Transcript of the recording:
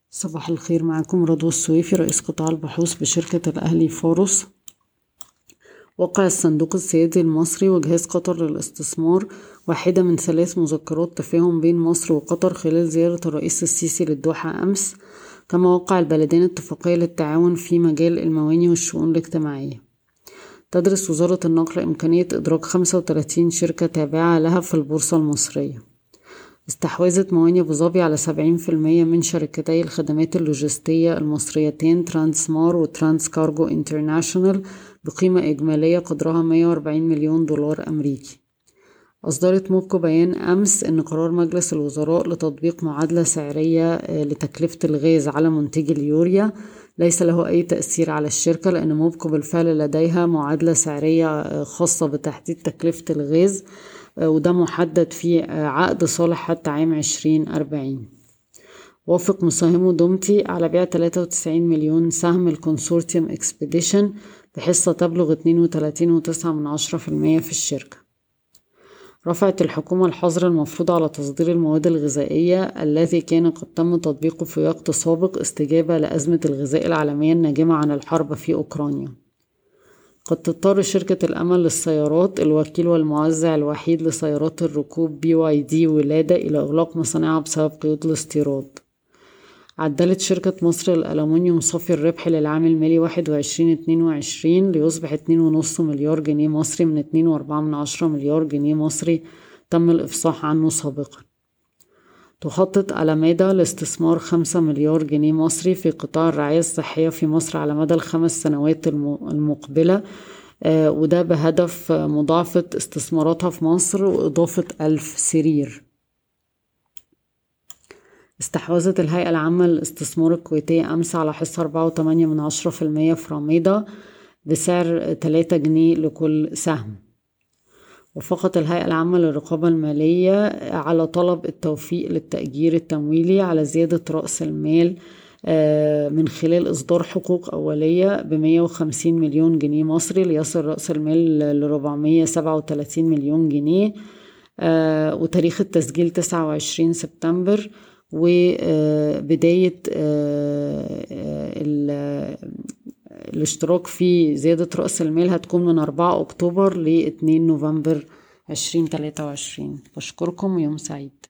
صباح الخير، معكم رضوى السويفي رئيس قطاع البحوث بشركة الأهلي فورس. وقع الصندوق السيادي المصري وجهاز قطر للاستثمار واحدة من 3 مذكرات تفاهم بين مصر وقطر خلال زيارة الرئيس السيسي للدوحة أمس، كما وقع البلدين اتفاقية للتعاون في مجال الموانئ والشؤون الاجتماعية. تدرس وزارة النقل إمكانية إدراج 35 شركة تابعة لها في البورصة المصرية. استحوذت موانئ أبو ظبي على 70% من شركتي الخدمات اللوجستية المصريتين ترانسمار وترانس كارجو انترناشونال بقيمة إجمالية قدرها 140 مليون دولار أمريكي. أصدرت موبكو بيان أمس إن قرار مجلس الوزراء لتطبيق معادلة سعرية لتكلفة الغاز على منتجي اليوريا ليس له أي تأثير على الشركة، لأن موبكو بالفعل لديها معادلة سعرية خاصة بتحديد تكلفة الغاز، وده محدد في عقد صالح حتى عام 2040. وافق مساهمو دومتي على بيع 93 مليون سهم الكونسورتيوم اكسبيديشن بحصة تبلغ 32.9% في الشركة. رفعت الحكومة الحظر المفروض على تصدير المواد الغذائية الذي كان قد تم تطبيقه في وقت سابق استجابة لأزمة الغذاء العالمية الناجمة عن الحرب في أوكرانيا. قد تضطر شركة الأمل للسيارات الوكيل والموزع الوحيد لسيارات الركوب BYD ولادة إلى إغلاق مصانعها بسبب قيود الاستيراد. عدلت شركة مصر للألمنيوم صافي الربح للعام المالي 21-22 ليصبح 2.5 مليار جنيه مصري من 2.4 مليار جنيه مصري تم الإفصاح عنه سابقا. تخطط ألميدا لاستثمار 5 مليار جنيه مصري في قطاع الرعاية الصحية في مصر على مدى ال5 سنوات المقبلة، وده بهدف مضاعفة استثماراتها في مصر وإضافة 1000 سرير. استحوذت الهيئة العامة للاستثمار الكويتية أمس على حصة 4.8% في راميدا بسعر 3 جنيه لكل سهم. وافقت الهيئة العامة للرقابة المالية على طلب التوفيق للتأجير التمويلي على زيادة رأس المال من خلال إصدار حقوق أولية ب150 مليون جنيه مصري ليصل رأس المال ل437 مليون جنيه، وتاريخ التسجيل 29 سبتمبر، وبداية الاشتراك في زيادة رأس المال هتكون من 4 أكتوبر ل 2 نوفمبر 2023. بشكركم ويوم سعيد.